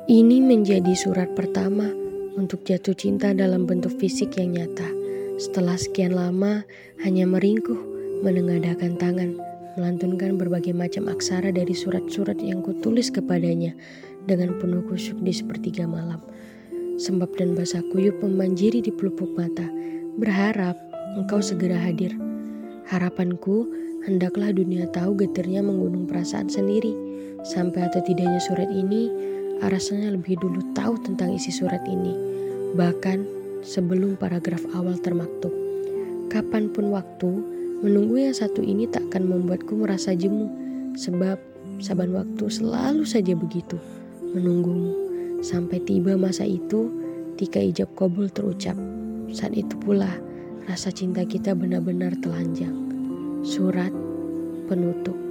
Ini menjadi surat pertama untuk jatuh cinta dalam bentuk fisik yang nyata. Setelah sekian lama hanya meringkuh, menengadahkan tangan, melantunkan berbagai macam aksara dari surat-surat yang kutulis kepadanya dengan penuh khusyuk di sepertiga malam. Sembab dan basah kuyup memanjiri di pelupuk mata, berharap engkau segera hadir. Harapanku, hendaklah dunia tahu getirnya menggunung perasaan sendiri. Sampai atau tidaknya surat ini, rasanya lebih dulu tahu tentang isi surat ini, bahkan sebelum paragraf awal termaktub. Kapanpun waktu, menunggu yang satu ini tak akan membuatku merasa jemu, sebab saban waktu selalu saja begitu, menunggumu, sampai tiba masa itu, ketika ijab qabul terucap. Saat itu pula, rasa cinta kita benar-benar telanjang. Surat penutup.